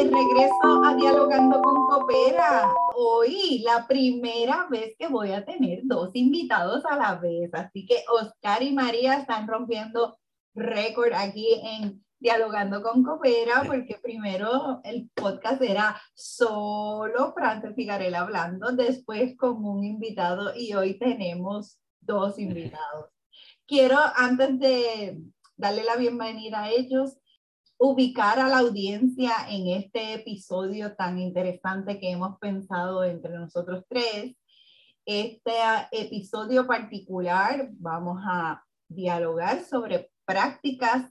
de regreso a Dialogando con Coopera. Hoy, la primera vez que voy a tener dos invitados a la vez. Así que Oscar y María están rompiendo récord aquí en Dialogando con Coopera, porque primero el podcast era solo Frances Figarela hablando, después con un invitado y hoy tenemos dos invitados. Quiero, antes de darle la bienvenida a ellos, ubicar a la audiencia en este episodio tan interesante que hemos pensado entre nosotros tres. Este episodio particular vamos a dialogar sobre prácticas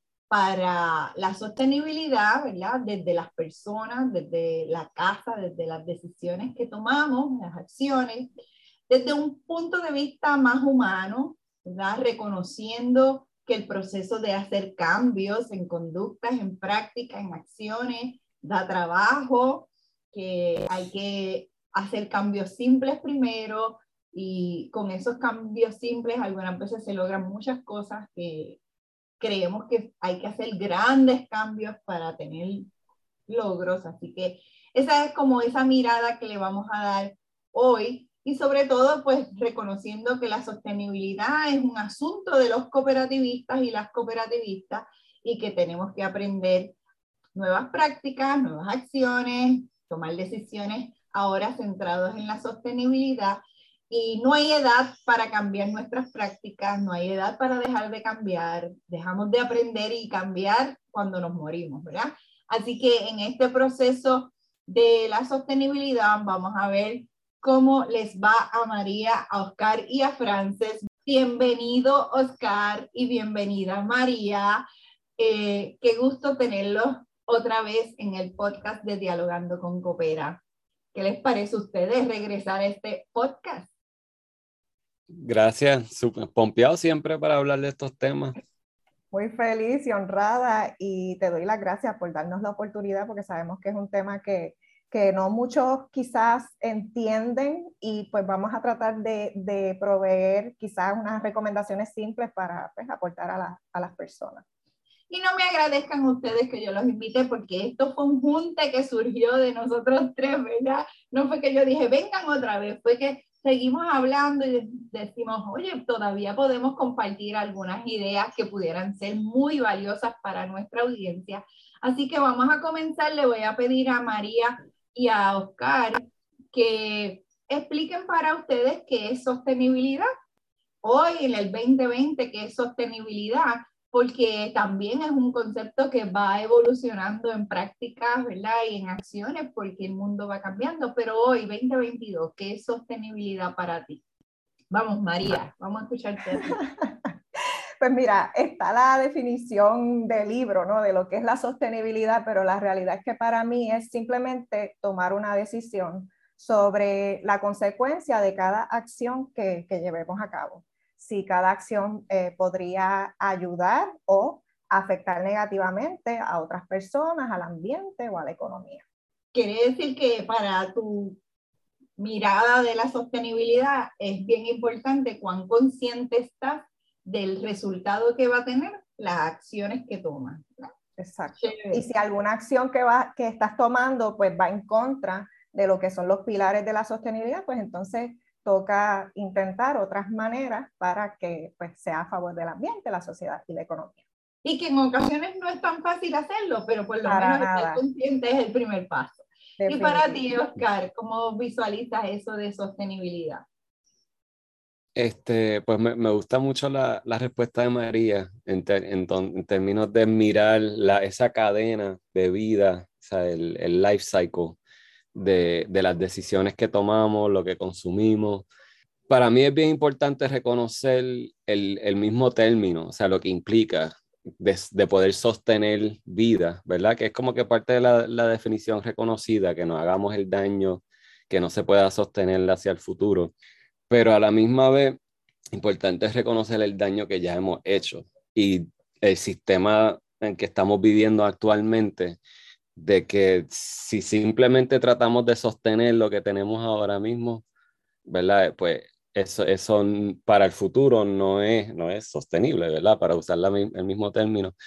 para la sostenibilidad, ¿verdad? Desde las personas, desde la casa, desde las decisiones que tomamos, las acciones, desde un punto de vista más humano, ¿verdad? Reconociendo que el proceso de hacer cambios en conductas, en prácticas, en acciones, da trabajo, que hay que hacer cambios simples primero y con esos cambios simples algunas veces se logran muchas cosas que creemos que hay que hacer grandes cambios para tener logros. Así que esa es como esa mirada que le vamos a dar hoy. Y sobre todo, pues reconociendo que la sostenibilidad es un asunto de los cooperativistas y las cooperativistas y que tenemos que aprender nuevas prácticas, nuevas acciones, tomar decisiones ahora centradas en la sostenibilidad. Y no hay edad para cambiar nuestras prácticas, no hay edad para dejar de cambiar. Dejamos de aprender y cambiar cuando nos morimos, ¿verdad? Así que en este proceso de la sostenibilidad vamos a ver cómo les va a María, a Oscar y a Frances. Bienvenido Oscar y bienvenida María. Qué gusto tenerlos otra vez en el podcast de Dialogando con Coopera. ¿Qué les parece a ustedes regresar a este podcast? Gracias, súper pompeado siempre para hablar de estos temas. Muy feliz y honrada y te doy las gracias por darnos la oportunidad porque sabemos que es un tema que no muchos quizás entienden y pues vamos a tratar de proveer quizás unas recomendaciones simples para pues, aportar a las personas. Y no me agradezcan ustedes que yo los invite porque esto fue un junte que surgió de nosotros tres, ¿verdad? No fue que yo dije, vengan otra vez, fue que seguimos hablando y decimos, oye, todavía podemos compartir algunas ideas que pudieran ser muy valiosas para nuestra audiencia. Así que vamos a comenzar. Le voy a pedir a María y a Oscar que expliquen para ustedes qué es sostenibilidad. Hoy en el 2020, qué es sostenibilidad, porque también es un concepto que va evolucionando en prácticas, ¿verdad? Y en acciones, porque el mundo va cambiando. Pero hoy, 2022, ¿qué es sostenibilidad para ti? Vamos, María, vamos a escucharte. Pues mira, está la definición del libro, ¿no? De lo que es la sostenibilidad, pero la realidad es que para mí es simplemente tomar una decisión sobre la consecuencia de cada acción que llevemos a cabo. Si cada acción podría ayudar o afectar negativamente a otras personas, al ambiente o a la economía. Quiere decir que para tu mirada de la sostenibilidad es bien importante cuán consciente estás del resultado que va a tener las acciones que tomas, ¿no? Exacto. Y si alguna acción que estás tomando pues va en contra de lo que son los pilares de la sostenibilidad, pues entonces toca intentar otras maneras para que pues, sea a favor del ambiente, la sociedad y la economía. Y que en ocasiones no es tan fácil hacerlo, pero por lo Para menos nada. estar consciente es el primer paso. Y para ti, Oscar, ¿cómo visualizas eso de sostenibilidad? Pues me gusta mucho la respuesta de María en términos de mirar esa cadena de vida, o sea, el life cycle de las decisiones que tomamos, lo que consumimos. Para mí es bien importante reconocer el mismo término, o sea, lo que implica de poder sostener vida, ¿verdad? Que es como que parte de la definición reconocida, que no hagamos el daño que no se pueda sostener hacia el futuro. Pero a la misma vez, importante es reconocer el daño que ya hemos hecho y el sistema en que estamos viviendo actualmente, de que si simplemente tratamos de sostener lo que tenemos ahora mismo, ¿verdad? Pues eso para el futuro no es sostenible, ¿verdad? Para usar el mismo término.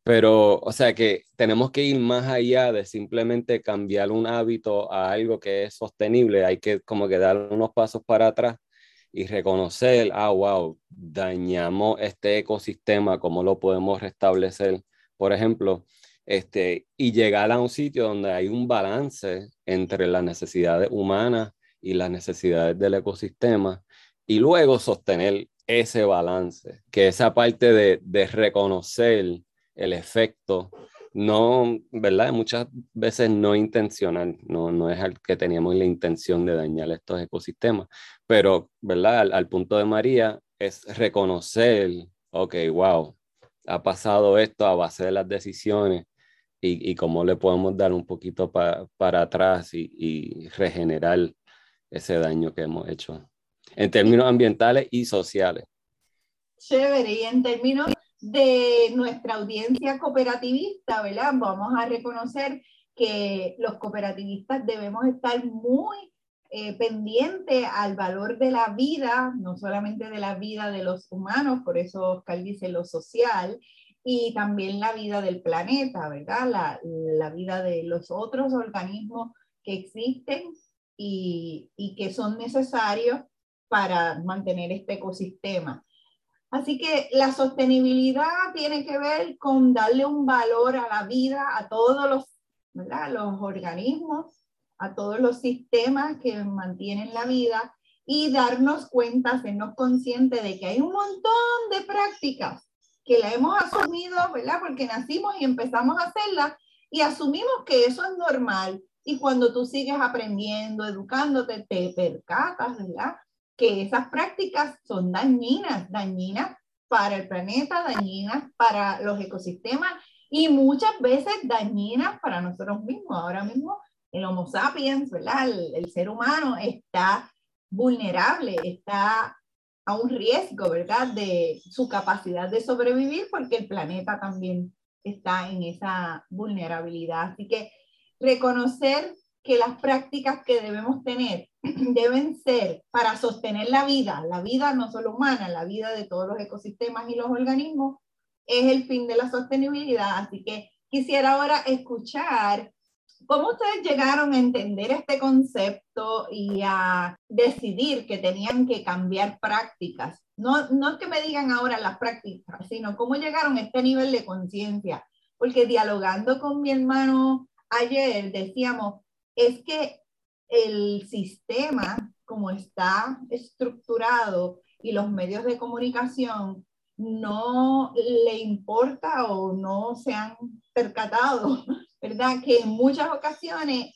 Pero, o sea que tenemos que ir más allá de simplemente cambiar un hábito a algo que es sostenible. Hay que como que dar unos pasos para atrás y reconocer, wow, dañamos este ecosistema, ¿cómo lo podemos restablecer? Por ejemplo, y llegar a un sitio donde hay un balance entre las necesidades humanas y las necesidades del ecosistema y luego sostener ese balance, que esa parte de reconocer el efecto, no, ¿verdad? Muchas veces no intencional, no es al que teníamos la intención de dañar estos ecosistemas, pero, ¿verdad? Al punto de María es reconocer, ok, wow, ha pasado esto a base de las decisiones y cómo le podemos dar un poquito para atrás y regenerar ese daño que hemos hecho en términos ambientales y sociales. Chévere, y en términos de nuestra audiencia cooperativista, ¿verdad? Vamos a reconocer que los cooperativistas debemos estar muy pendientes al valor de la vida, no solamente de la vida de los humanos, por eso Oscar dice lo social, y también la vida del planeta, ¿verdad? La vida de los otros organismos que existen y que son necesarios para mantener este ecosistema. Así que la sostenibilidad tiene que ver con darle un valor a la vida, a todos los, ¿verdad? Los organismos, a todos los sistemas que mantienen la vida y darnos cuenta, hacernos conscientes de que hay un montón de prácticas que la hemos asumido, ¿verdad? Porque nacimos y empezamos a hacerlas y asumimos que eso es normal. Y cuando tú sigues aprendiendo, educándote, te percatas, ¿verdad? Que esas prácticas son dañinas para el planeta, dañinas para los ecosistemas y muchas veces dañinas para nosotros mismos. Ahora mismo el Homo sapiens, ¿verdad? El ser humano está vulnerable, está a un riesgo, ¿verdad? De su capacidad de sobrevivir porque el planeta también está en esa vulnerabilidad. Así que reconocer que las prácticas que debemos tener deben ser para sostener la vida no solo humana, la vida de todos los ecosistemas y los organismos, es el fin de la sostenibilidad. Así que quisiera ahora escuchar cómo ustedes llegaron a entender este concepto y a decidir que tenían que cambiar prácticas. No es que me digan ahora las prácticas, sino cómo llegaron a este nivel de conciencia. Porque dialogando con mi hermano ayer decíamos, es que el sistema como está estructurado y los medios de comunicación no le importa o no se han percatado, ¿verdad? Que en muchas ocasiones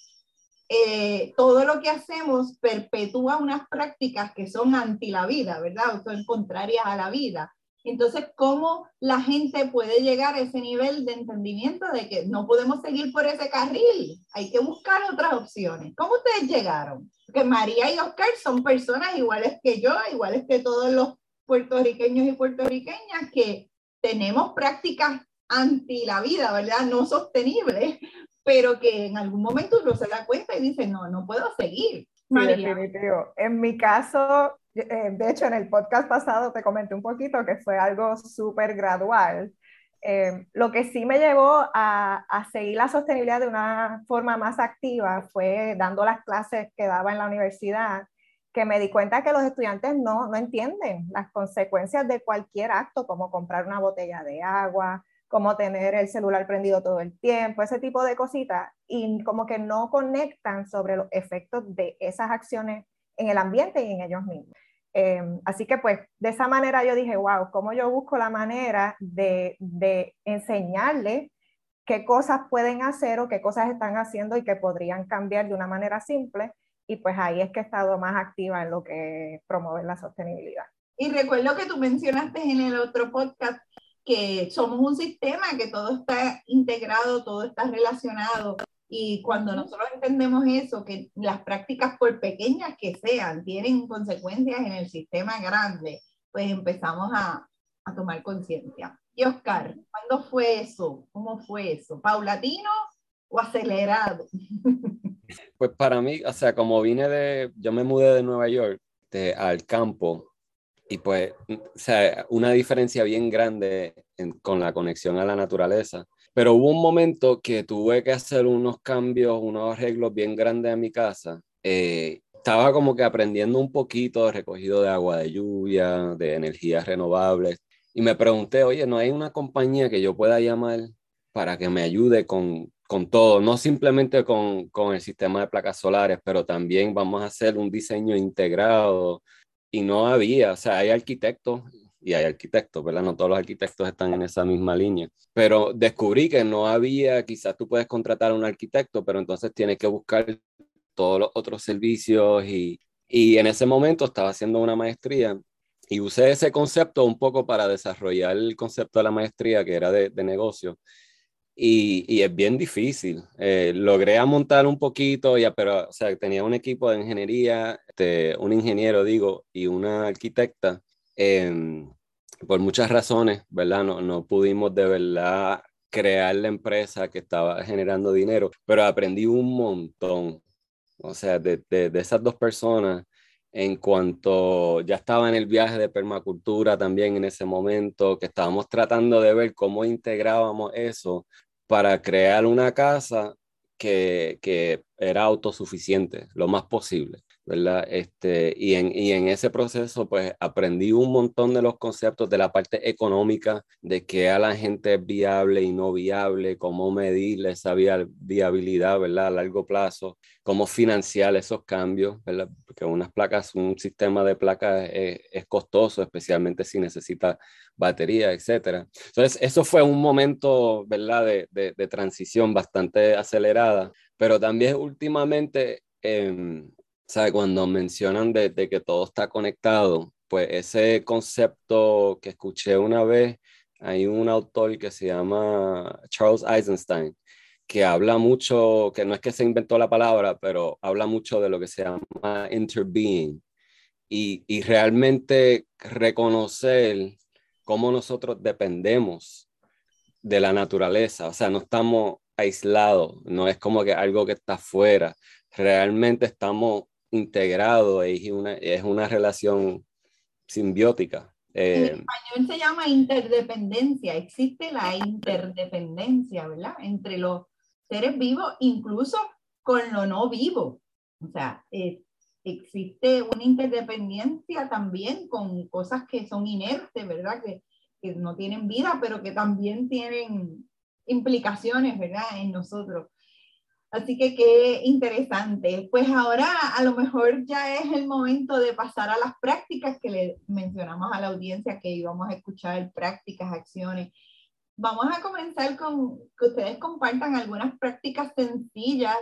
todo lo que hacemos perpetúa unas prácticas que son anti la vida, ¿verdad? O son contrarias a la vida. Entonces, ¿cómo la gente puede llegar a ese nivel de entendimiento de que no podemos seguir por ese carril? Hay que buscar otras opciones. ¿Cómo ustedes llegaron? Porque María y Oscar son personas iguales que yo, iguales que todos los puertorriqueños y puertorriqueñas que tenemos prácticas anti la vida, ¿verdad? No sostenibles, pero que en algún momento uno se da cuenta y dice, no puedo seguir. María. Sí, definitivo. En mi caso, de hecho, en el podcast pasado te comenté un poquito que fue algo súper gradual. Lo que sí me llevó a seguir la sostenibilidad de una forma más activa fue dando las clases que daba en la universidad, que me di cuenta que los estudiantes no entienden las consecuencias de cualquier acto, como comprar una botella de agua, como tener el celular prendido todo el tiempo, ese tipo de cositas, y como que no conectan sobre los efectos de esas acciones en el ambiente y en ellos mismos. Así que pues de esa manera yo dije, wow, ¿cómo yo busco la manera de enseñarles qué cosas pueden hacer o qué cosas están haciendo y que podrían cambiar de una manera simple? Y pues ahí es que he estado más activa en lo que promover la sostenibilidad. Y recuerdo que tú mencionaste en el otro podcast que somos un sistema, que todo está integrado, todo está relacionado. Y cuando nosotros entendemos eso, que las prácticas, por pequeñas que sean, tienen consecuencias en el sistema grande, pues empezamos a tomar conciencia. Y Oscar, ¿cuándo fue eso? ¿Cómo fue eso? ¿Paulatino o acelerado? Pues para mí, o sea, como yo me mudé de Nueva York al campo, y pues, o sea, una diferencia bien grande con la conexión a la naturaleza. Pero hubo un momento que tuve que hacer unos cambios, unos arreglos bien grandes a mi casa. Estaba como que aprendiendo un poquito de recogido de agua de lluvia, de energías renovables. Y me pregunté, oye, ¿no hay una compañía que yo pueda llamar para que me ayude con todo? No simplemente con el sistema de placas solares, pero también vamos a hacer un diseño integrado. Y no había, o sea, hay arquitectos y hay arquitectos, ¿verdad? No todos los arquitectos están en esa misma línea, pero descubrí que no había, quizás tú puedes contratar a un arquitecto, pero entonces tienes que buscar todos los otros servicios y en ese momento estaba haciendo una maestría y usé ese concepto un poco para desarrollar el concepto de la maestría que era de negocio. Y es bien difícil. Logré montar un poquito, ya, pero o sea, tenía un equipo de ingeniería, un ingeniero, digo, y una arquitecta. em, por muchas razones, ¿verdad? No pudimos de verdad crear la empresa que estaba generando dinero, pero aprendí un montón. O sea, de esas dos personas, en cuanto ya estaba en el viaje de permacultura también en ese momento, que estábamos tratando de ver cómo integrábamos eso para crear una casa que era autosuficiente, lo más posible, ¿verdad? Y en ese proceso, pues aprendí un montón de los conceptos de la parte económica, de qué a la gente es viable y no viable, cómo medir esa viabilidad, ¿verdad? A largo plazo, cómo financiar esos cambios, ¿verdad? Porque unas placas, un sistema de placas es costoso, especialmente si necesita batería, etcétera. Entonces, eso fue un momento, ¿verdad? De transición bastante acelerada, pero también últimamente, ¿sabe? Cuando mencionan de que todo está conectado, pues ese concepto que escuché una vez, hay un autor que se llama Charles Eisenstein, que habla mucho, que no es que se inventó la palabra, pero habla mucho de lo que se llama interbeing y realmente reconocer cómo nosotros dependemos de la naturaleza, o sea, no estamos aislados, no es como que algo que está afuera, realmente estamos integrados, es una relación simbiótica. En español se llama interdependencia. Existe la interdependencia, ¿verdad? Entre los seres vivos, incluso con lo no vivo. O sea, existe una interdependencia también con cosas que son inertes, ¿verdad? Que no tienen vida, pero que también tienen implicaciones, ¿verdad? En nosotros. Así que qué interesante. Pues ahora a lo mejor ya es el momento de pasar a las prácticas que le mencionamos a la audiencia que íbamos a escuchar, prácticas, acciones. Vamos a comenzar con que ustedes compartan algunas prácticas sencillas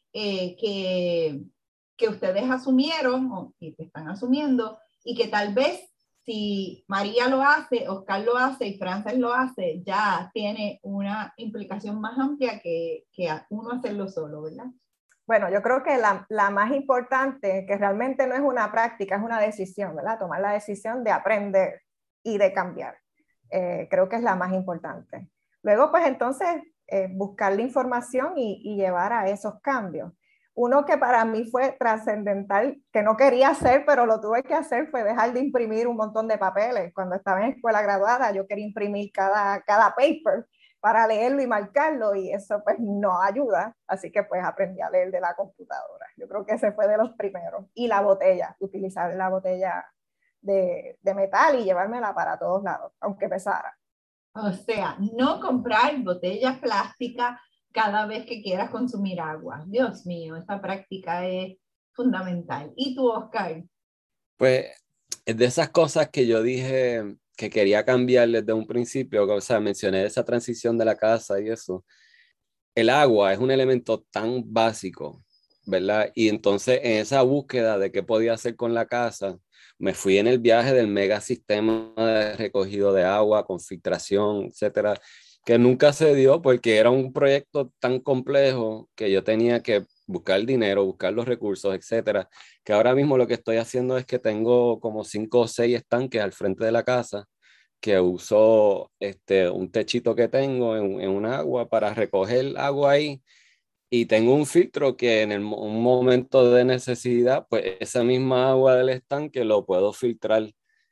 que ustedes asumieron o que están asumiendo y que tal vez si María lo hace, Oscar lo hace y Frances lo hace, ya tiene una implicación más amplia que uno hacerlo solo, ¿verdad? Bueno, yo creo que la más importante, que realmente no es una práctica, es una decisión, ¿verdad? Tomar la decisión de aprender y de cambiar. Creo que es la más importante. Luego, pues entonces, buscar la información y llevar a esos cambios. Uno que para mí fue trascendental, que no quería hacer, pero lo tuve que hacer, fue dejar de imprimir un montón de papeles. Cuando estaba en escuela graduada, yo quería imprimir cada paper para leerlo y marcarlo, y eso pues no ayuda, así que pues aprendí a leer de la computadora. Yo creo que ese fue de los primeros. Y la botella, utilizar la botella de metal y llevármela para todos lados, aunque pesara. O sea, no comprar botellas plásticas cada vez que quieras consumir agua. Dios mío, esta práctica es fundamental. ¿Y tú, Oscar? Pues es de esas cosas que yo dije que quería cambiar desde un principio, o sea, mencioné esa transición de la casa y eso. El agua es un elemento tan básico, ¿verdad? Y entonces en esa búsqueda de qué podía hacer con la casa, me fui en el viaje del mega sistema de recogido de agua con filtración, etcétera, que nunca se dio porque era un proyecto tan complejo que yo tenía que buscar el dinero, buscar los recursos, etcétera, que ahora mismo lo que estoy haciendo es que tengo como 5 o 6 estanques al frente de la casa que uso un techito que tengo en un agua para recoger agua ahí y tengo un filtro que en un momento de necesidad, pues esa misma agua del estanque lo puedo filtrar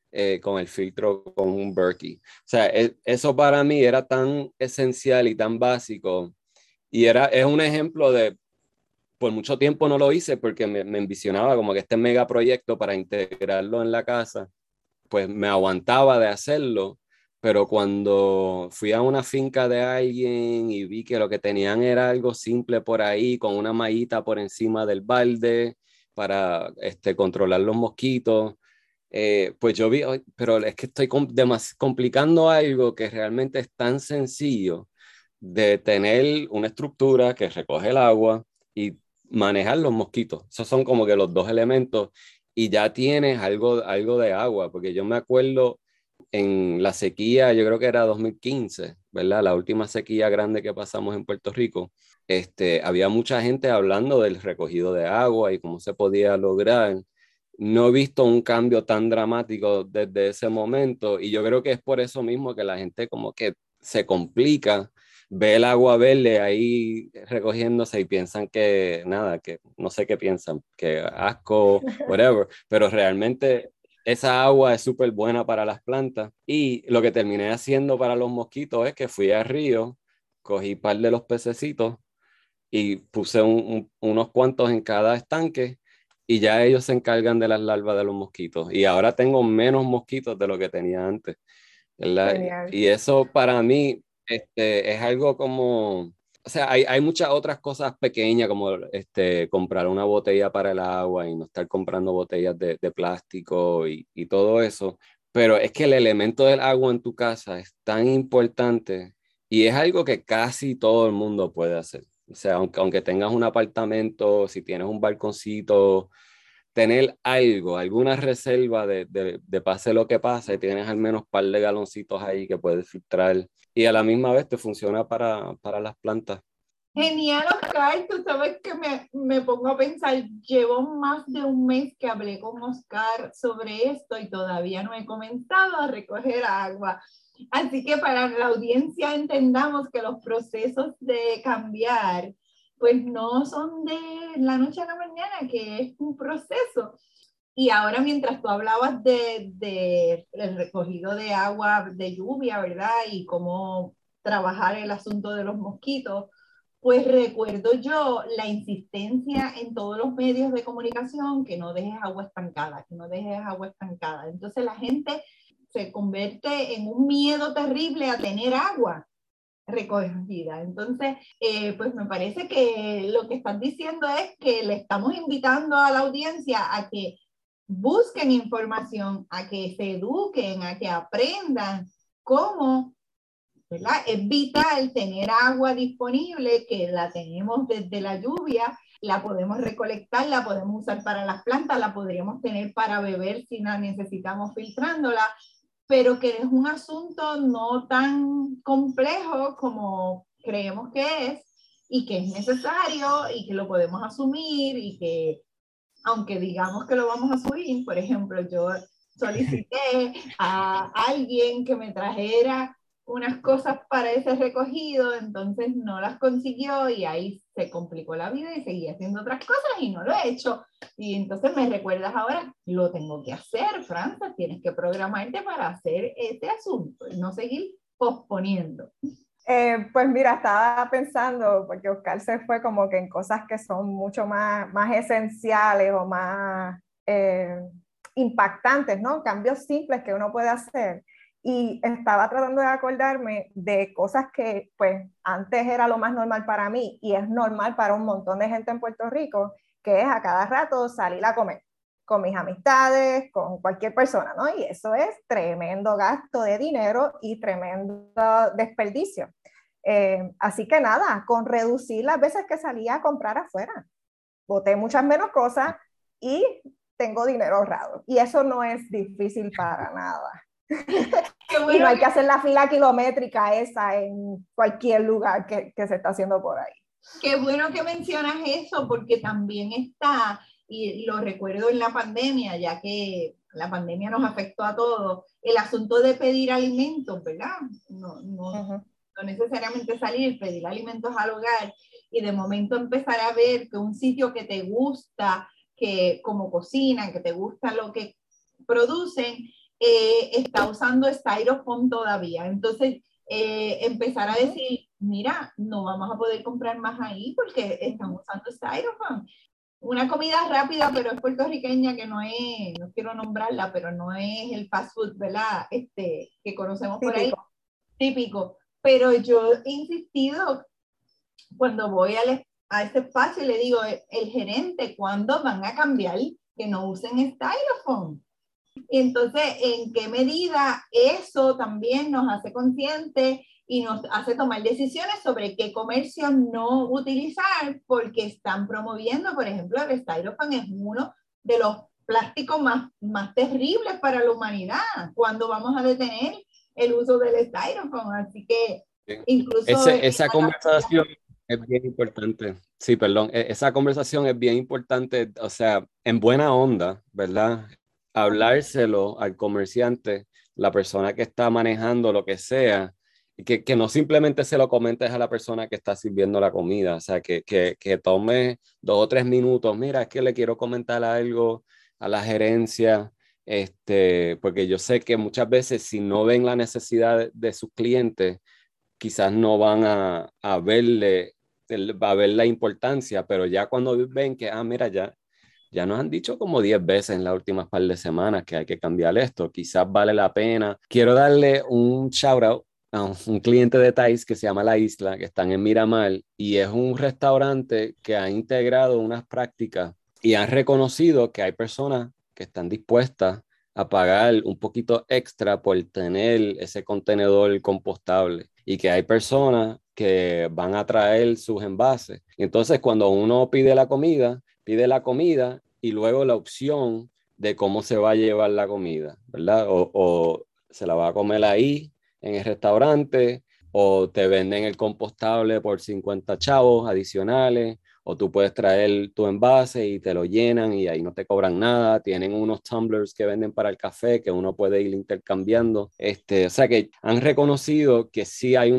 con el filtro con un Berkey. O sea, eso para mí era tan esencial y tan básico. Y es un ejemplo de, por mucho tiempo no lo hice porque me envisionaba como que este megaproyecto para integrarlo en la casa, pues me aguantaba de hacerlo, pero cuando fui a una finca de alguien y vi que lo que tenían era algo simple por ahí, con una mallita por encima del balde para controlar los mosquitos, pues yo vi, "Ay, pero es que estoy complicando algo que realmente es tan sencillo de tener una estructura que recoge el agua y manejar los mosquitos. Esos son como que los dos elementos y ya tienes algo de agua, porque yo me acuerdo en la sequía, yo creo que era 2015, ¿verdad? La última sequía grande que pasamos en Puerto Rico. Había mucha gente hablando del recogido de agua y cómo se podía lograr. No he visto un cambio tan dramático desde ese momento y yo creo que es por eso mismo que la gente como que se complica, ve el agua verde ahí recogiéndose y piensan que nada, que no sé qué piensan, que asco, whatever, pero realmente esa agua es súper buena para las plantas y lo que terminé haciendo para los mosquitos es que fui al río, cogí un par de los pececitos y puse unos cuantos en cada estanque y ya ellos se encargan de las larvas de los mosquitos. Y ahora tengo menos mosquitos de lo que tenía antes, ¿verdad? Genial. Y eso para mí es algo como, o sea, hay muchas otras cosas pequeñas como comprar una botella para el agua y no estar comprando botellas de plástico y todo eso. Pero es que el elemento del agua en tu casa es tan importante y es algo que casi todo el mundo puede hacer. O sea, aunque tengas un apartamento, si tienes un balconcito, tener algo, alguna reserva de pase lo que pase, tienes al menos un par de galoncitos ahí que puedes filtrar y a la misma vez te funciona para las plantas. Genial, Oscar. Tú sabes que me pongo a pensar, llevo más de un mes que hablé con Oscar sobre esto y todavía no he comenzado a recoger agua. Así que para la audiencia entendamos que los procesos de cambiar, pues no son de la noche a la mañana, que es un proceso. Y ahora mientras tú hablabas de el recogido de agua de lluvia, ¿verdad? Y cómo trabajar el asunto de los mosquitos, pues recuerdo yo la insistencia en todos los medios de comunicación que no dejes agua estancada, que no dejes agua estancada. Entonces la gente se convierte en un miedo terrible a tener agua recogida. Entonces, pues me parece que lo que están diciendo es que le estamos invitando a la audiencia a que busquen información, a que se eduquen, a que aprendan cómo, ¿verdad? Es vital tener agua disponible, que la tenemos desde la lluvia, la podemos recolectar, la podemos usar para las plantas, la podríamos tener para beber si la necesitamos filtrándola, pero que es un asunto no tan complejo como creemos que es y que es necesario y que lo podemos asumir y que aunque digamos que lo vamos a subir, por ejemplo, yo solicité a alguien que me trajera unas cosas para ese recogido, entonces no las consiguió y ahí se complicó la vida y seguí haciendo otras cosas y no lo he hecho. Y entonces me recuerdas ahora, lo tengo que hacer, Frances, tienes que programarte para hacer este asunto y no seguir posponiendo. Pues mira, estaba pensando, porque Oscar se fue como que en cosas que son mucho más esenciales o más impactantes, ¿no? Cambios simples que uno puede hacer. Y estaba tratando de acordarme de cosas que pues antes era lo más normal para mí y es normal para un montón de gente en Puerto Rico, que es a cada rato salir a comer con mis amistades, con cualquier persona, ¿no? Y eso es tremendo gasto de dinero y tremendo desperdicio. Así que nada, con reducir las veces que salía a comprar afuera, boté muchas menos cosas y tengo dinero ahorrado. Y eso no es difícil para nada. Bueno, y no hay que hacer la fila kilométrica esa en cualquier lugar que se está haciendo por ahí. Qué bueno que mencionas eso, porque también está, y lo recuerdo en la pandemia, ya que la pandemia nos afectó a todos, el asunto de pedir alimentos, ¿verdad? No necesariamente salir, pedir alimentos al hogar, y de momento empezar a ver que un sitio que te gusta, que como cocina, que te gusta lo que producen, está usando Styrofoam todavía. Entonces, empezar a decir, mira, no vamos a poder comprar más ahí porque están usando Styrofoam. Una comida rápida, pero es puertorriqueña, que no es, no quiero nombrarla, pero no es el fast food, ¿verdad? Que conocemos por ahí, típico. Pero yo he insistido, cuando voy a este espacio y le digo, el gerente, ¿cuándo van a cambiar que no usen Styrofoam? Y entonces, ¿en qué medida eso también nos hace conscientes y nos hace tomar decisiones sobre qué comercio no utilizar? Porque están promoviendo, por ejemplo, el Styrofoam es uno de los plásticos más terribles para la humanidad. ¿Cuándo vamos a detener el uso del Styrofoam? Así que incluso... Esa conversación es bien importante. Sí, perdón. Esa conversación es bien importante, o sea, en buena onda, ¿verdad? Hablárselo al comerciante, la persona que está manejando lo que sea, que no simplemente se lo comentes a la persona que está sirviendo la comida, o sea, que tome 2 o 3 minutos. Mira, es que le quiero comentar algo a la gerencia, porque yo sé que muchas veces si no ven la necesidad de sus clientes, quizás no van a verle, a ver la importancia, pero ya cuando ven que, mira, ya nos han dicho como 10 veces en las últimas par de semanas que hay que cambiar esto, quizás vale la pena. Quiero darle un shout out a un cliente de Thais que se llama La Isla, que están en Miramar, y es un restaurante que ha integrado unas prácticas y han reconocido que hay personas que están dispuestas a pagar un poquito extra por tener ese contenedor compostable y que hay personas que van a traer sus envases. Entonces, cuando uno pide la comida y luego la opción de cómo se va a llevar la comida, ¿verdad? O se la va a comer ahí en el restaurante, o te venden el compostable por 50 chavos adicionales, o tú puedes traer tu envase y te lo llenan y ahí no te cobran nada. Tienen unos tumblers que venden para el café que uno puede ir intercambiando. O sea que han reconocido que sí hay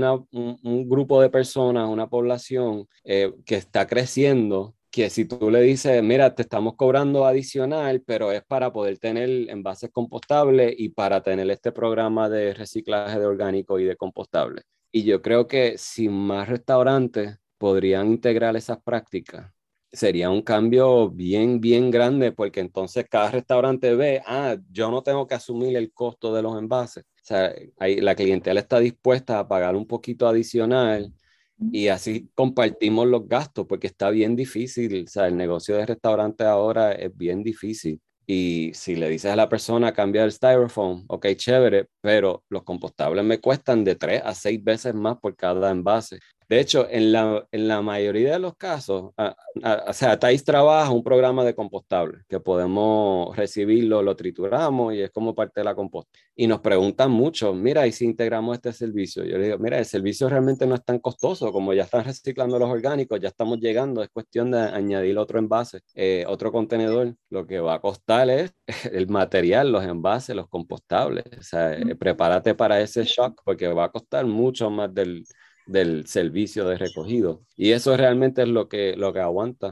un grupo de personas, una población que está creciendo, que si tú le dices, mira, te estamos cobrando adicional, pero es para poder tener envases compostables y para tener este programa de reciclaje de orgánico y de compostable. Y yo creo que si más restaurantes podrían integrar esas prácticas, sería un cambio bien, bien grande, porque entonces cada restaurante ve, yo no tengo que asumir el costo de los envases. O sea, la clientela está dispuesta a pagar un poquito adicional y así compartimos los gastos, porque está bien difícil. O sea, el negocio de restaurante ahora es bien difícil. Y si le dices a la persona cambiar el styrofoam, ok, chévere, pero los compostables me cuestan de 3 a 6 veces más por cada envase. De hecho, en la mayoría de los casos, o sea, Thais trabaja un programa de compostable que podemos recibirlo, lo trituramos y es como parte de la composta. Y nos preguntan mucho, mira, ¿y si integramos este servicio? Yo le digo, mira, el servicio realmente no es tan costoso, como ya están reciclando los orgánicos, ya estamos llegando, es cuestión de añadir otro envase, otro contenedor. Lo que va a costar es el material, los envases, los compostables. O sea, prepárate para ese shock porque va a costar mucho más del servicio de recogido. Y eso realmente es lo que aguanta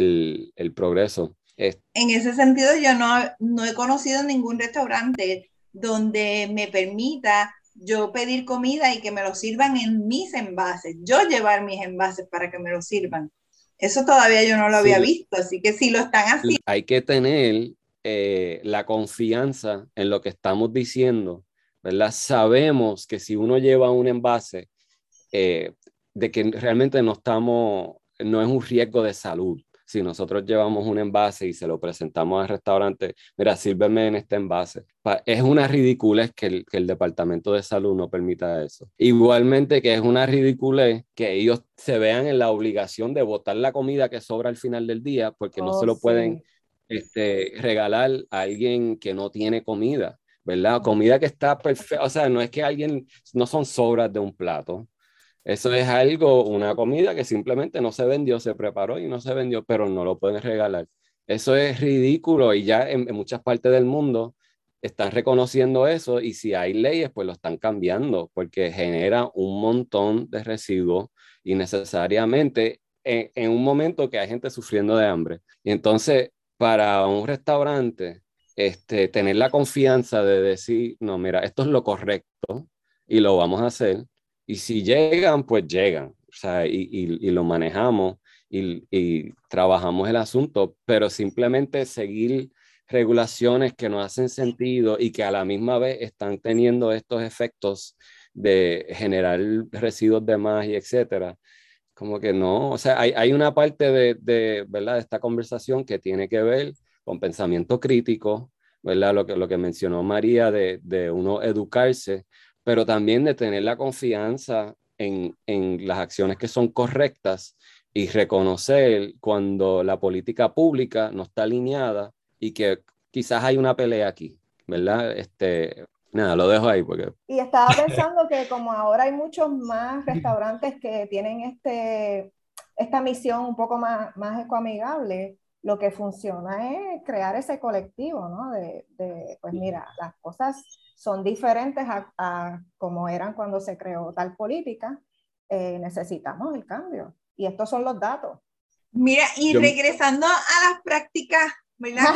el progreso. En ese sentido, yo no he conocido ningún restaurante donde me permita yo pedir comida y que me lo sirvan en mis envases, yo llevar mis envases para que me lo sirvan. Eso todavía yo no lo había visto, así que si lo están haciendo. Hay que tener la confianza en lo que estamos diciendo, ¿verdad? Sabemos que si uno lleva un envase, de que realmente no es un riesgo de salud. Si nosotros llevamos un envase y se lo presentamos al restaurante, mira, sírveme en este envase. Es una ridiculez que el Departamento de Salud no permita eso. Igualmente que es una ridiculez que ellos se vean en la obligación de botar la comida que sobra al final del día porque no se lo pueden regalar a alguien que no tiene comida, ¿verdad? Comida que está perfecta, o sea, no es que no son sobras de un plato. Eso es una comida que simplemente no se vendió, se preparó y no se vendió, pero no lo pueden regalar. Eso es ridículo y ya en muchas partes del mundo están reconociendo eso y si hay leyes, pues lo están cambiando porque genera un montón de residuos innecesariamente en un momento que hay gente sufriendo de hambre. Y entonces, para un restaurante, tener la confianza de decir, no, mira, esto es lo correcto y lo vamos a hacer. Y si llegan, pues llegan. O sea, y lo manejamos y trabajamos el asunto, pero simplemente seguir regulaciones que no hacen sentido y que a la misma vez están teniendo estos efectos de generar residuos de más y etcétera. Como que no, o sea, hay una parte ¿verdad? De esta conversación que tiene que ver con pensamiento crítico, ¿verdad? Lo que mencionó María de uno educarse, pero también de tener la confianza en las acciones que son correctas y reconocer cuando la política pública no está alineada y que quizás hay una pelea aquí, ¿verdad? Nada, lo dejo ahí porque... Y estaba pensando que como ahora hay muchos más restaurantes que tienen esta misión un poco más ecoamigable, lo que funciona es crear ese colectivo, ¿no? Pues mira, las cosas son diferentes a como eran cuando se creó tal política, necesitamos el cambio. Y estos son los datos. Mira, y regresando a las prácticas, ¿verdad?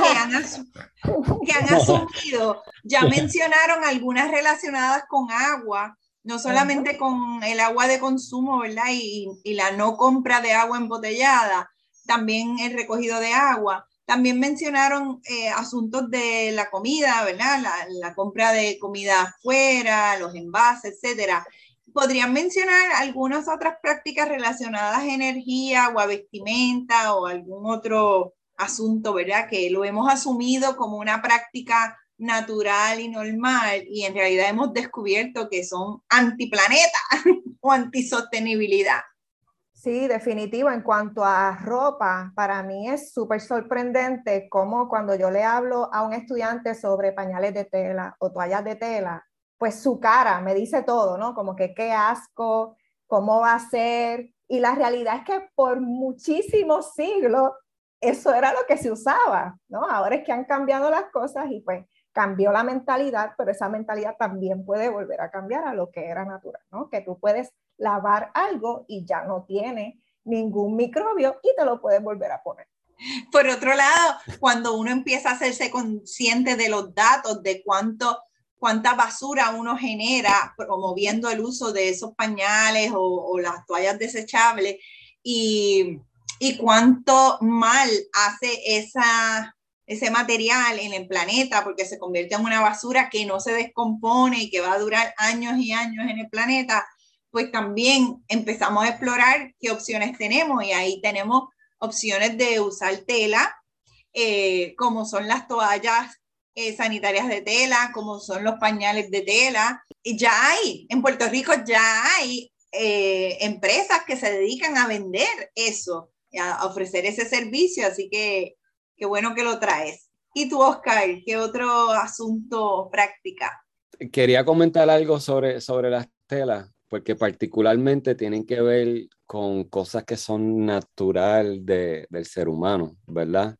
que han asumido, ya mencionaron algunas relacionadas con agua, no solamente con el agua de consumo, ¿verdad? Y la no compra de agua embotellada, también el recogido de agua. También mencionaron asuntos de la comida, ¿verdad? La compra de comida afuera, los envases, etcétera. ¿Podrían mencionar algunas otras prácticas relacionadas a energía o a vestimenta o algún otro asunto, ¿verdad? Que lo hemos asumido como una práctica natural y normal y en realidad hemos descubierto que son antiplaneta o antisostenibilidad. Sí, definitivo. En cuanto a ropa, para mí es súper sorprendente cómo cuando yo le hablo a un estudiante sobre pañales de tela o toallas de tela, pues su cara me dice todo, ¿no? Como que qué asco, cómo va a ser. Y la realidad es que por muchísimos siglos eso era lo que se usaba, ¿no? Ahora es que han cambiado las cosas y pues cambió la mentalidad, pero esa mentalidad también puede volver a cambiar a lo que era natural, ¿no? Que tú puedes lavar algo y ya no tiene ningún microbio y te lo puedes volver a poner. Por otro lado, cuando uno empieza a hacerse consciente de los datos, de cuánta basura uno genera promoviendo el uso de esos pañales o las toallas desechables y cuánto mal hace ese material en el planeta porque se convierte en una basura que no se descompone y que va a durar años y años en el planeta, pues también empezamos a explorar qué opciones tenemos y ahí tenemos opciones de usar tela, como son las toallas sanitarias de tela, como son los pañales de tela. Y ya hay, en Puerto Rico ya hay empresas que se dedican a vender eso, a ofrecer ese servicio, así que qué bueno que lo traes. ¿Y tú, Oscar, qué otro asunto práctica? Quería comentar algo sobre las telas, porque particularmente tienen que ver con cosas que son natural del ser humano, ¿verdad?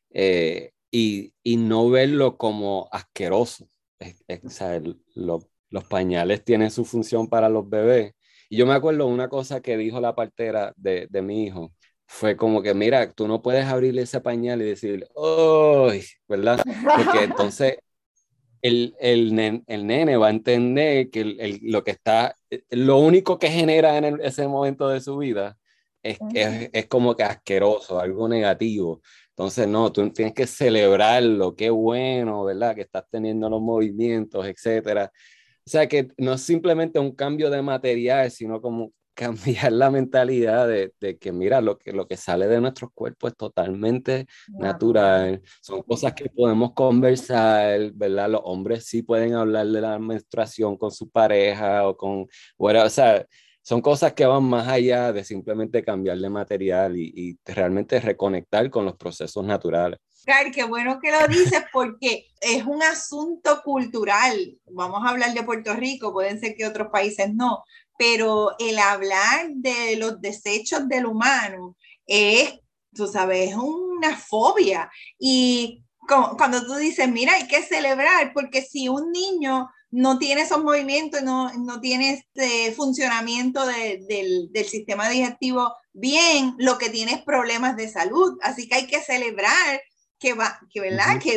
Y no verlo como asqueroso. O sea, los pañales tienen su función para los bebés. Y yo me acuerdo una cosa que dijo la partera de mi hijo, fue como que, mira, tú no puedes abrirle ese pañal y decir, ¡ay! ¿Verdad? Porque entonces el nene va a entender que lo que está, lo único que genera en ese momento de su vida es como que asqueroso, algo negativo. Entonces, no, tú tienes que celebrarlo, qué bueno, ¿verdad? Que estás teniendo los movimientos, etcétera. O sea, que no es simplemente un cambio de material, sino como cambiar la mentalidad de que, mira, lo que sale de nuestros cuerpos es totalmente natural. Son cosas que podemos conversar, ¿verdad? Los hombres sí pueden hablar de la menstruación con su pareja o con, bueno, o sea, son cosas que van más allá de simplemente cambiar de material y realmente reconectar con los procesos naturales. Oscar, qué bueno que lo dices porque es un asunto cultural. Vamos a hablar de Puerto Rico, pueden ser que otros países no, pero el hablar de los desechos del humano es, tú sabes, es una fobia. Y cuando tú dices, mira, hay que celebrar, porque si un niño no tiene esos movimientos, no tiene este funcionamiento del sistema digestivo bien, lo que tiene es problemas de salud. Así que hay que celebrar que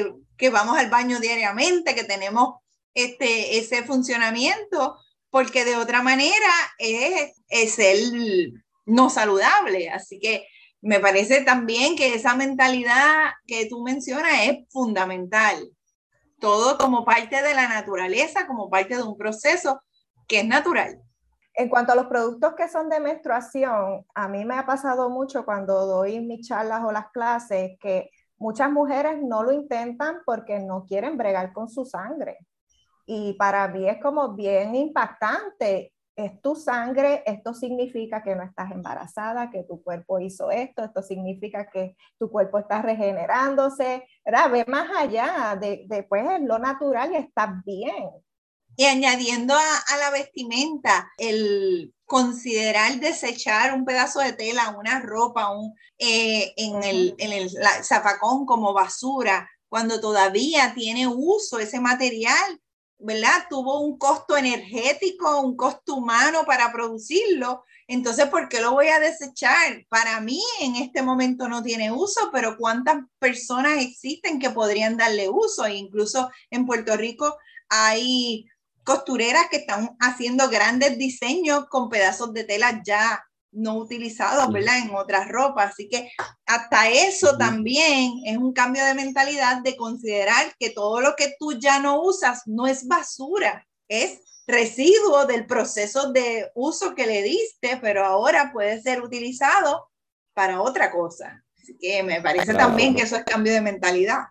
que vamos al baño diariamente, que tenemos ese funcionamiento, porque de otra manera es el no saludable. Así que me parece también que esa mentalidad que tú mencionas es fundamental. Todo como parte de la naturaleza, como parte de un proceso que es natural. En cuanto a los productos que son de menstruación, a mí me ha pasado mucho cuando doy mis charlas o las clases que muchas mujeres no lo intentan porque no quieren bregar con su sangre. Y para mí es como bien impactante. Es tu sangre, esto significa que no estás embarazada, que tu cuerpo hizo esto significa que tu cuerpo está regenerándose, ¿verdad? Ve más allá de pues, lo natural y estás bien. Y añadiendo a la vestimenta, el considerar desechar un pedazo de tela, una ropa, en el zafacón como basura, cuando todavía tiene uso ese material, ¿verdad? Tuvo un costo energético, un costo humano para producirlo. Entonces, ¿por qué lo voy a desechar? Para mí en este momento no tiene uso, pero ¿cuántas personas existen que podrían darle uso? E incluso en Puerto Rico hay costureras que están haciendo grandes diseños con pedazos de tela ya no utilizados, ¿verdad? En otras ropas. Así que hasta eso también es un cambio de mentalidad de considerar que todo lo que tú ya no usas no es basura, es residuo del proceso de uso que le diste, pero ahora puede ser utilizado para otra cosa. Así que me parece también que eso es cambio de mentalidad.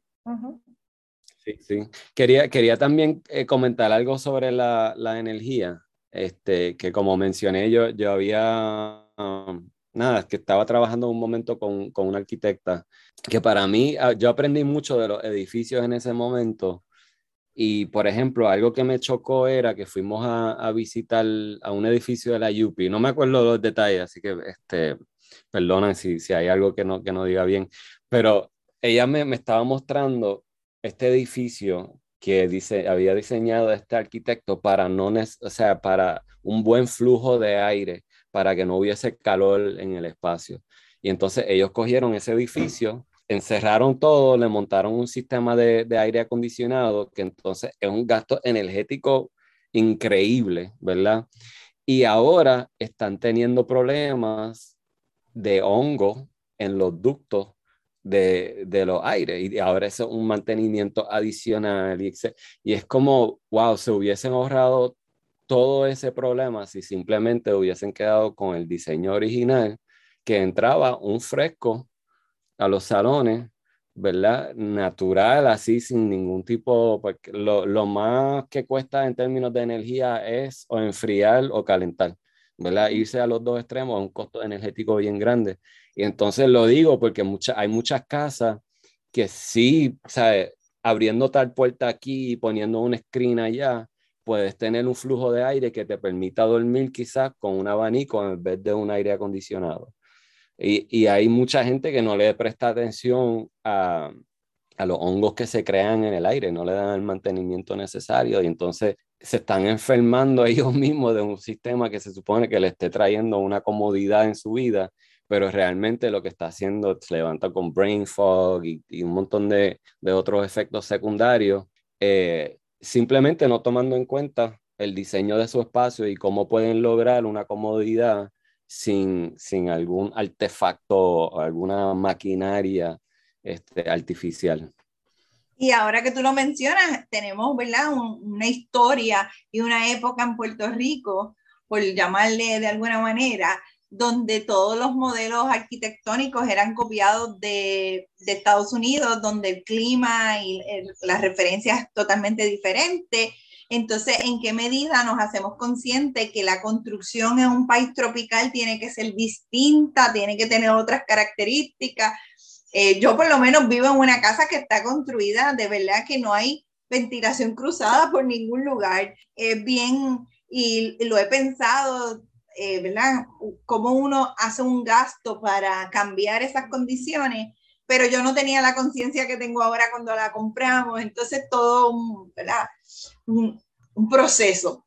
Sí, sí. Quería también comentar algo sobre la energía, que como mencioné yo había, nada, que estaba trabajando un momento con una arquitecta, que para mí, yo aprendí mucho de los edificios en ese momento, y por ejemplo, algo que me chocó era que fuimos a visitar a un edificio de la UPI, no me acuerdo los detalles, así que perdonen si hay algo que no diga bien, pero ella me estaba mostrando este edificio que había diseñado este arquitecto para o sea, para un buen flujo de aire, para que no hubiese calor en el espacio. Y entonces ellos cogieron ese edificio, encerraron todo, le montaron un sistema de aire acondicionado, que entonces es un gasto energético increíble, ¿verdad? Y ahora están teniendo problemas de hongo en los ductos de los aires, y ahora eso es un mantenimiento adicional, y es como, wow, se hubiesen ahorrado todo ese problema si simplemente hubiesen quedado con el diseño original, que entraba un fresco a los salones, ¿verdad? Natural, así sin ningún tipo, porque lo más que cuesta en términos de energía es o enfriar o calentar, ¿verdad? Irse a los dos extremos es un costo energético bien grande. Y entonces lo digo porque hay muchas casas que sí, ¿sabes? Abriendo tal puerta aquí y poniendo un screen allá, puedes tener un flujo de aire que te permita dormir quizás con un abanico en vez de un aire acondicionado. Y hay mucha gente que no le presta atención a los hongos que se crean en el aire, no le dan el mantenimiento necesario, y entonces se están enfermando ellos mismos de un sistema que se supone que le esté trayendo una comodidad en su vida, pero realmente lo que está haciendo se levanta con brain fog y un montón de otros efectos secundarios, simplemente no tomando en cuenta el diseño de su espacio y cómo pueden lograr una comodidad sin algún artefacto o alguna maquinaria artificial. Y ahora que tú lo mencionas, tenemos, ¿verdad? Una historia y una época en Puerto Rico, por llamarle de alguna manera, donde todos los modelos arquitectónicos eran copiados de Estados Unidos, donde el clima y las referencias totalmente diferentes. Entonces, ¿en qué medida nos hacemos conscientes que la construcción en un país tropical tiene que ser distinta, tiene que tener otras características? Yo por lo menos vivo en una casa que está construida, de verdad que no hay ventilación cruzada por ningún lugar. Bien, y lo he pensado, ¿verdad? Cómo uno hace un gasto para cambiar esas condiciones, pero yo no tenía la conciencia que tengo ahora cuando la compramos. Entonces todo, ¿verdad? Un proceso.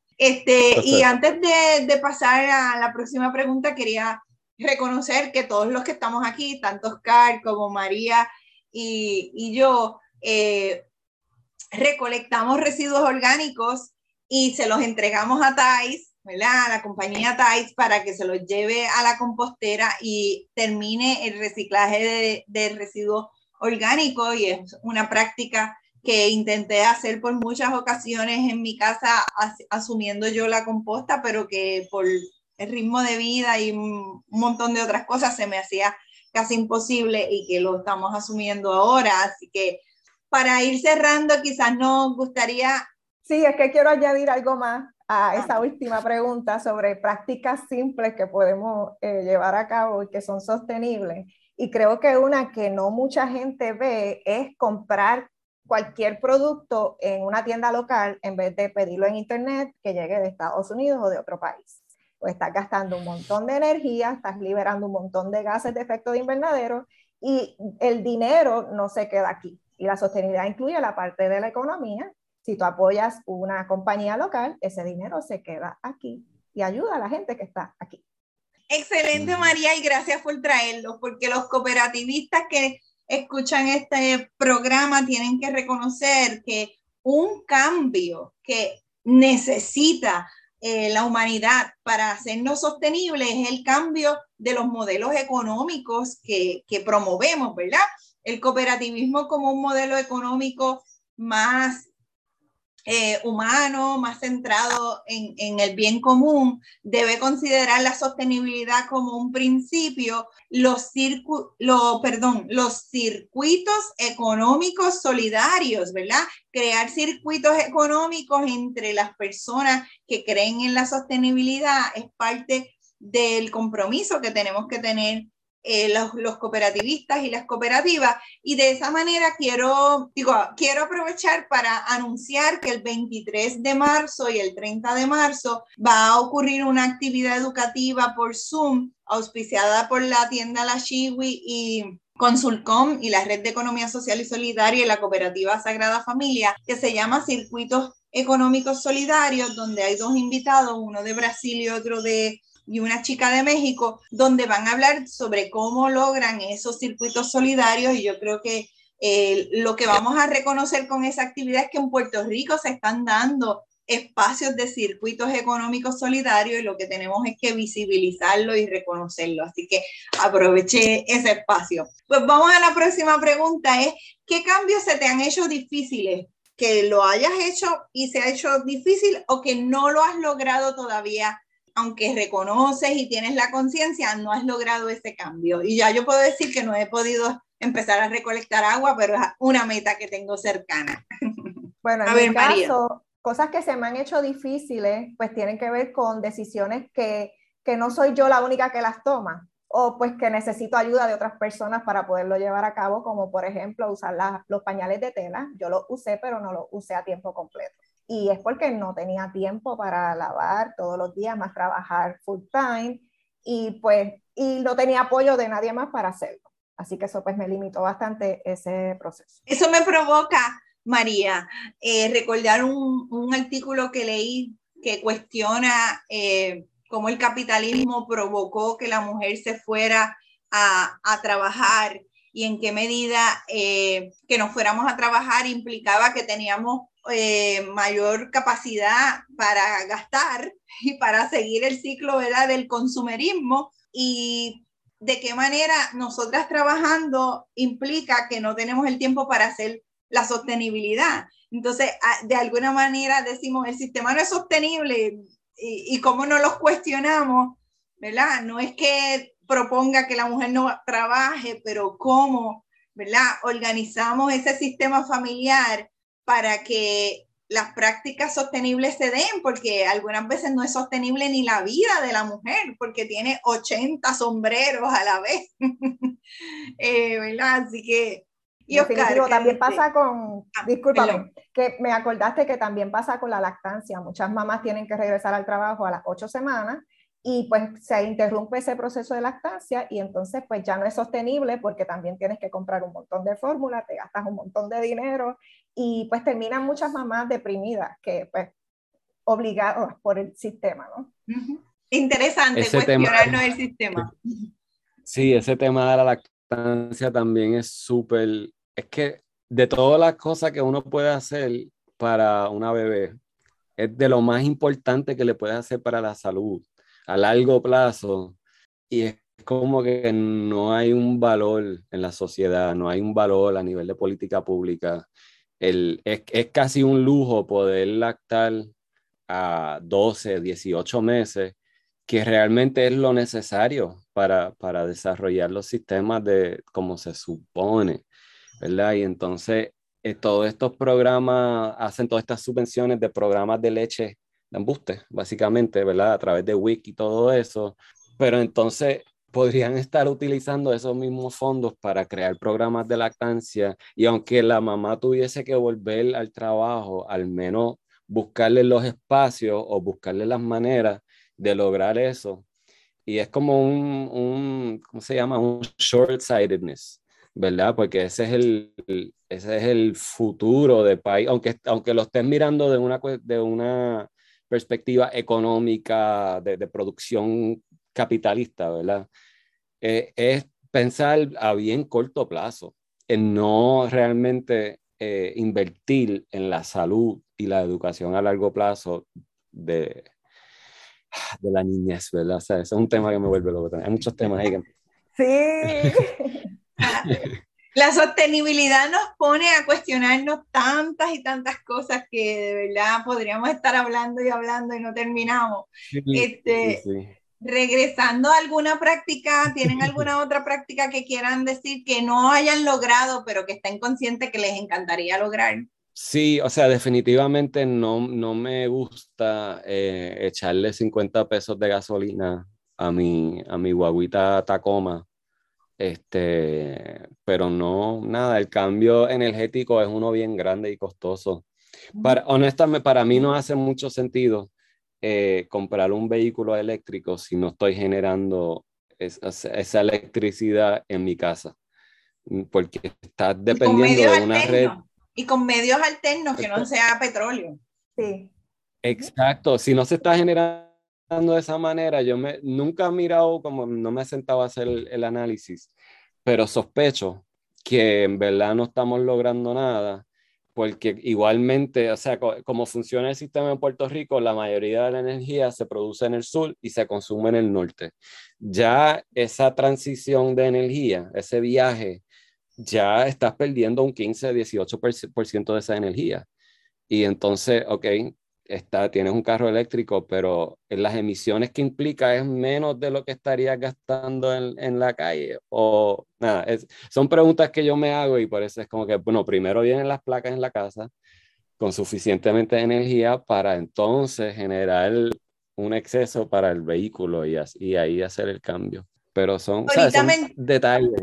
Y antes de pasar a la próxima pregunta, quería reconocer que todos los que estamos aquí, tanto Oscar como María y yo, recolectamos residuos orgánicos y se los entregamos a Thais, ¿verdad? A la compañía Thais, para que se los lleve a la compostera y termine el reciclaje de residuos orgánicos. Y es una práctica que intenté hacer por muchas ocasiones en mi casa, asumiendo yo la composta, pero que por el ritmo de vida y un montón de otras cosas se me hacía casi imposible, y que lo estamos asumiendo ahora. Así que para ir cerrando, quizás nos gustaría... Sí, es que quiero añadir algo más a esa última pregunta sobre prácticas simples que podemos llevar a cabo y que son sostenibles. Y creo que una que no mucha gente ve es comprar cualquier producto en una tienda local en vez de pedirlo en internet que llegue de Estados Unidos o de otro país. Pues estás gastando un montón de energía, estás liberando un montón de gases de efecto de invernadero, y el dinero no se queda aquí. Y la sostenibilidad incluye la parte de la economía. Si tú apoyas una compañía local, ese dinero se queda aquí y ayuda a la gente que está aquí. Excelente, María, y gracias por traerlo, porque los cooperativistas que escuchan este programa tienen que reconocer que un cambio que necesita la humanidad para hacernos sostenibles es el cambio de los modelos económicos que promovemos, ¿verdad? El cooperativismo como un modelo económico más humano, más centrado en el bien común, debe considerar la sostenibilidad como un principio. Los circuitos económicos solidarios, ¿verdad? Crear circuitos económicos entre las personas que creen en la sostenibilidad es parte del compromiso que tenemos que tener los cooperativistas y las cooperativas. Y de esa manera quiero aprovechar para anunciar que el 23 de marzo y el 30 de marzo va a ocurrir una actividad educativa por Zoom, auspiciada por la tienda La Chiwi y Consulcom y la Red de Economía Social y Solidaria y la cooperativa Sagrada Familia, que se llama Circuitos Económicos Solidarios, donde hay 2 invitados, uno de Brasil y una chica de México, donde van a hablar sobre cómo logran esos circuitos solidarios. Y yo creo que lo que vamos a reconocer con esa actividad es que en Puerto Rico se están dando espacios de circuitos económicos solidarios, y lo que tenemos es que visibilizarlo y reconocerlo. Así que aproveché ese espacio. Pues vamos a la próxima pregunta, es ¿qué cambios se te han hecho difíciles? Que lo hayas hecho y se ha hecho difícil, o que no lo has logrado todavía, aunque reconoces y tienes la conciencia, no has logrado ese cambio. Y ya yo puedo decir que no he podido empezar a recolectar agua, pero es una meta que tengo cercana. Bueno, en mi caso, cosas que se me han hecho difíciles, pues tienen que ver con decisiones que no soy yo la única que las toma, o pues que necesito ayuda de otras personas para poderlo llevar a cabo, como por ejemplo usar los pañales de tela. Yo los usé, pero no los usé a tiempo completo. Y es porque no tenía tiempo para lavar todos los días, más trabajar full time, y no tenía apoyo de nadie más para hacerlo. Así que eso pues me limitó bastante ese proceso. Eso me provoca, María, recordar un artículo que leí que cuestiona cómo el capitalismo provocó que la mujer se fuera a trabajar, y en qué medida que nos fuéramos a trabajar implicaba que teníamos mayor capacidad para gastar y para seguir el ciclo, ¿verdad?, del consumerismo, y de qué manera nosotras trabajando implica que no tenemos el tiempo para hacer la sostenibilidad. Entonces, de alguna manera decimos, el sistema no es sostenible, y cómo no los cuestionamos, ¿verdad? No es que proponga que la mujer no trabaje, pero cómo, ¿verdad?, organizamos ese sistema familiar para que las prácticas sostenibles se den, porque algunas veces no es sostenible ni la vida de la mujer, porque tiene 80 sombreros a la vez. ¿Verdad? Así que... Y definitivo, Oscar, también pasa con, discúlpame, que me acordaste que también pasa con la lactancia. Muchas mamás tienen que regresar al trabajo a las 8 semanas, y pues se interrumpe ese proceso de lactancia, y entonces pues ya no es sostenible, porque también tienes que comprar un montón de fórmulas, te gastas un montón de dinero, y pues terminan muchas mamás deprimidas, que pues obligadas por el sistema, ¿no? Interesante cuestionarnos el sistema. Sí, ese tema de la lactancia también es súper, es que de todas las cosas que uno puede hacer para una bebé, es de lo más importante que le puedes hacer para la salud a largo plazo. Y es como que no hay un valor en la sociedad, no hay un valor a nivel de política pública. Es casi un lujo poder lactar a 12, 18 meses, que realmente es lo necesario para desarrollar los sistemas de como se supone, ¿verdad? Y entonces todos estos programas hacen todas estas subvenciones de programas de leche de embuste, básicamente, ¿verdad? A través de WIC y todo eso, pero entonces podrían estar utilizando esos mismos fondos para crear programas de lactancia, y aunque la mamá tuviese que volver al trabajo, al menos buscarle los espacios o buscarle las maneras de lograr eso. Y es como ¿cómo se llama? Un short-sightedness, ¿verdad? Porque ese es el futuro del país, aunque lo estés mirando de una perspectiva económica, de producción capitalista, ¿verdad? Es pensar a bien corto plazo, en no realmente invertir en la salud y la educación a largo plazo de la niñez, ¿verdad? O sea, ese es un tema que me vuelve loco también. Hay muchos temas ahí que... Sí. La sostenibilidad nos pone a cuestionarnos tantas y tantas cosas que de verdad podríamos estar hablando y no terminamos. Sí, sí. Regresando a alguna práctica, ¿tienen alguna otra práctica que quieran decir que no hayan logrado, pero que estén conscientes que les encantaría lograr? Sí, o sea, definitivamente no me gusta echarle 50 pesos de gasolina a mi guaguita Tacoma. Pero no, nada, el cambio energético es uno bien grande y costoso. Honestamente, para mí no hace mucho sentido comprar un vehículo eléctrico si no estoy generando esa electricidad en mi casa, porque estás dependiendo de una red. Y con medios alternos que no sea petróleo. Sí. Exacto, si no se está generando de esa manera, nunca he mirado, como no me he sentado a hacer el análisis, pero sospecho que en verdad no estamos logrando nada, porque igualmente, o sea, como funciona el sistema en Puerto Rico, la mayoría de la energía se produce en el sur y se consume en el norte. Ya esa transición de energía, ese viaje, ya estás perdiendo un 15, 18% de esa energía. Y entonces, ok, tienes un carro eléctrico, pero en las emisiones que implica es menos de lo que estarías gastando en la calle. O nada, son preguntas que yo me hago, y por eso es como que, bueno, primero vienen las placas en la casa con suficientemente energía para entonces generar un exceso para el vehículo y ahí hacer el cambio. Pero ¿sabes? Son detalles.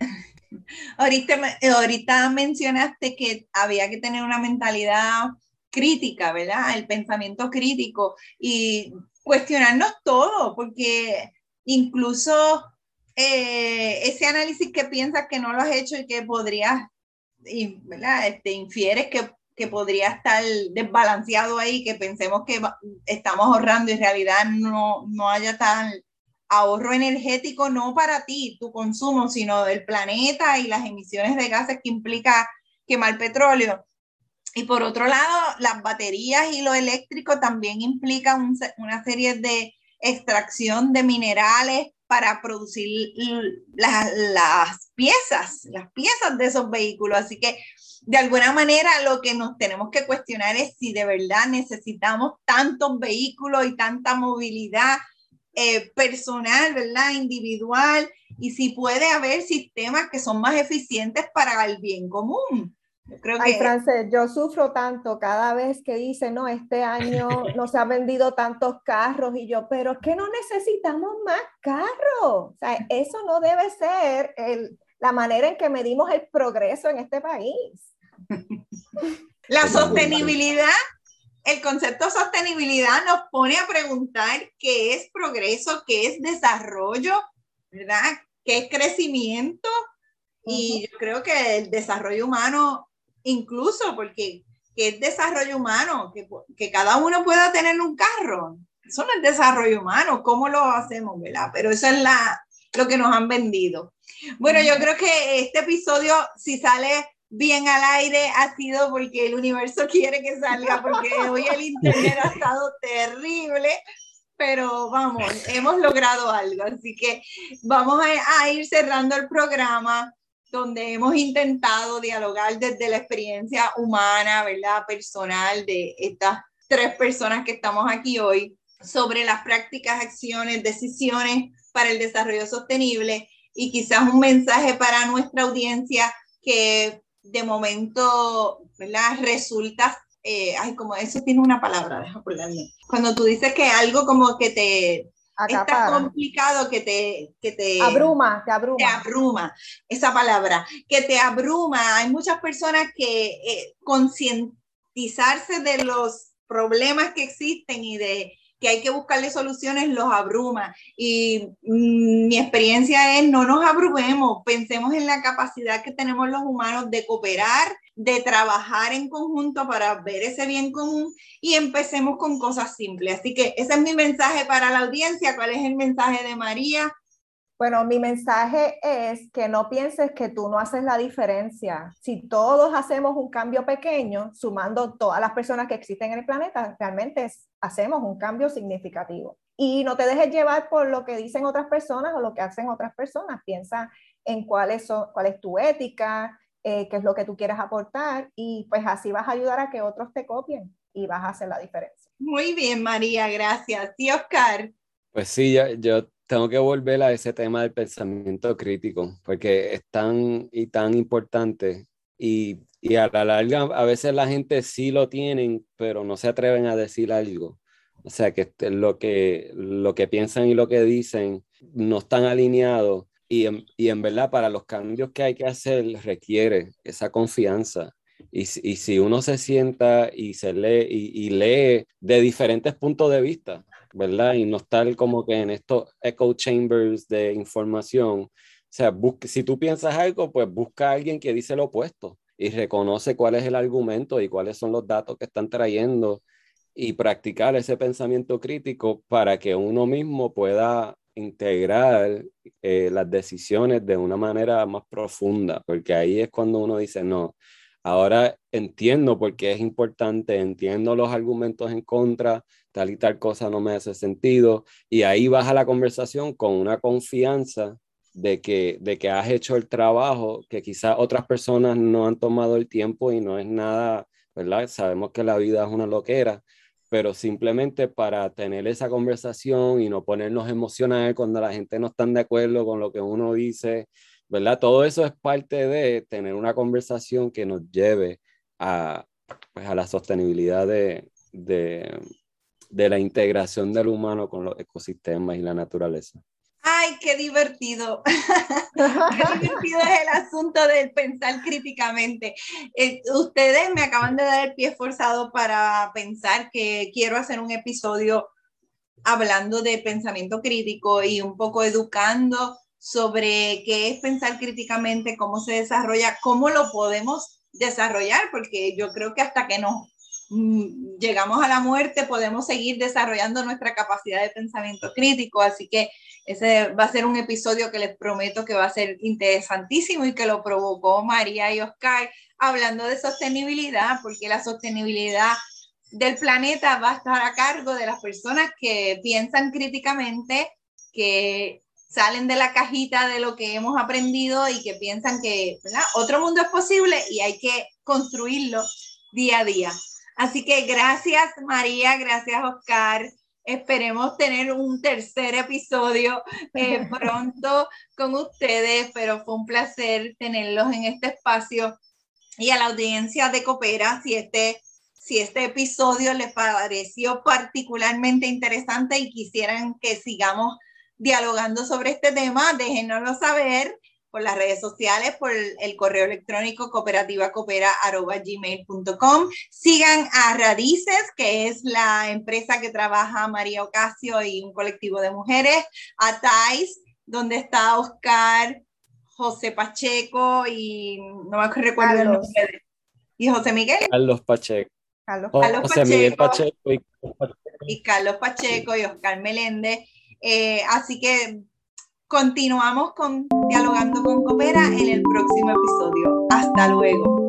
Ahorita mencionaste que había que tener una mentalidad crítica, ¿verdad? El pensamiento crítico y cuestionarnos todo, porque incluso ese análisis que piensas que no lo has hecho y que podrías, ¿verdad? Infieres que podría estar desbalanceado ahí, que pensemos que estamos ahorrando y en realidad no haya tal ahorro energético, no para ti, tu consumo, sino del planeta y las emisiones de gases que implica quemar petróleo. Y por otro lado, las baterías y lo eléctrico también implican una serie de extracción de minerales para producir las piezas de esos vehículos. Así que de alguna manera lo que nos tenemos que cuestionar es si de verdad necesitamos tantos vehículos y tanta movilidad personal, ¿verdad? Individual, y si puede haber sistemas que son más eficientes para el bien común. Yo creo Ay, Frances, yo sufro tanto cada vez que dicen, no, este año no se han vendido tantos carros, y yo, pero es que no necesitamos más carros. O sea, eso no debe ser la manera en que medimos el progreso en este país. La sostenibilidad, el concepto de sostenibilidad nos pone a preguntar qué es progreso, qué es desarrollo, ¿verdad? ¿Qué es crecimiento? Y yo creo que el desarrollo humano, incluso porque ¿qué es desarrollo humano? Que cada uno pueda tener un carro. Eso no es desarrollo humano. ¿Cómo lo hacemos, verdad? Pero eso es lo que nos han vendido. Bueno, yo creo que este episodio, si sale bien al aire ha sido porque el universo quiere que salga, porque hoy el internet ha estado terrible, pero vamos, hemos logrado algo, así que vamos a ir cerrando el programa donde hemos intentado dialogar desde la experiencia humana, ¿verdad? Personal de estas 3 personas que estamos aquí hoy, sobre las prácticas, acciones, decisiones para el desarrollo sostenible y quizás un mensaje para nuestra audiencia que de momento, ¿verdad? Resulta, como eso tiene una palabra, déjame acordarme. Cuando tú dices que algo como que te está complicado, que te abruma, te abruma, esa palabra, que te abruma. Hay muchas personas que concientizarse de los problemas que existen y de que hay que buscarle soluciones los abruma. Y mi experiencia es, no nos abrumemos, pensemos en la capacidad que tenemos los humanos de cooperar, de trabajar en conjunto para ver ese bien común y empecemos con cosas simples. Así que ese es mi mensaje para la audiencia. ¿Cuál es el mensaje de María? Bueno, mi mensaje es que no pienses que tú no haces la diferencia. Si todos hacemos un cambio pequeño, sumando todas las personas que existen en el planeta, realmente hacemos un cambio significativo. Y no te dejes llevar por lo que dicen otras personas o lo que hacen otras personas. Piensa en cuál es tu ética, qué es lo que tú quieres aportar y pues así vas a ayudar a que otros te copien y vas a hacer la diferencia. Muy bien, María, gracias. ¿Y Oscar? Pues sí, yo tengo que volver a ese tema del pensamiento crítico, porque es tan y tan importante y a la larga a veces la gente sí lo tienen, pero no se atreven a decir algo. O sea, que lo que piensan y lo que dicen no están alineados y en verdad para los cambios que hay que hacer requiere esa confianza. Y si uno se sienta y se lee y lee de diferentes puntos de vista, ¿verdad? Y no estar como que en estos echo chambers de información. O sea, si tú piensas algo, pues busca a alguien que dice lo opuesto y reconoce cuál es el argumento y cuáles son los datos que están trayendo y practicar ese pensamiento crítico para que uno mismo pueda integrar las decisiones de una manera más profunda, porque ahí es cuando uno dice, no, ahora entiendo por qué es importante, entiendo los argumentos en contra, tal y tal cosa no me hace sentido, y ahí baja la conversación con una confianza de que has hecho el trabajo que quizás otras personas no han tomado el tiempo y no es nada, ¿verdad? Sabemos que la vida es una loquera, pero simplemente para tener esa conversación y no ponernos emocional cuando la gente no está de acuerdo con lo que uno dice, ¿verdad? Todo eso es parte de tener una conversación que nos lleve a, pues, a la sostenibilidad de la integración del humano con los ecosistemas y la naturaleza. ¡Ay, qué divertido! Qué divertido es el asunto del pensar críticamente. Ustedes me acaban de dar el pie forzado para pensar que quiero hacer un episodio hablando de pensamiento crítico y un poco educando sobre qué es pensar críticamente, cómo se desarrolla, cómo lo podemos desarrollar, porque yo creo que hasta que nos llegamos a la muerte podemos seguir desarrollando nuestra capacidad de pensamiento crítico, así que ese va a ser un episodio que les prometo que va a ser interesantísimo y que lo provocó María y Oscar hablando de sostenibilidad, porque la sostenibilidad del planeta va a estar a cargo de las personas que piensan críticamente, que salen de la cajita de lo que hemos aprendido y que piensan que, ¿verdad?, otro mundo es posible y hay que construirlo día a día. Así que gracias María, gracias Oscar. Esperemos tener un tercer episodio pronto con ustedes, pero fue un placer tenerlos en este espacio. Y a la audiencia de Coopera, si este episodio les pareció particularmente interesante y quisieran que sigamos dialogando sobre este tema, déjenoslo saber por las redes sociales, por el correo electrónico cooperativacopera@gmail.com. Sigan a Radices, que es la empresa que trabaja María Ocasio y un colectivo de mujeres, a TAIS, donde está Oscar, José Pacheco y no me recuerdo el nombre de... ¿Y José Miguel? Carlos Pacheco. José Miguel Pacheco y Carlos Pacheco y Oscar Meléndez. Así que continuamos dialogando con Coopera en el próximo episodio. Hasta Hasta luego.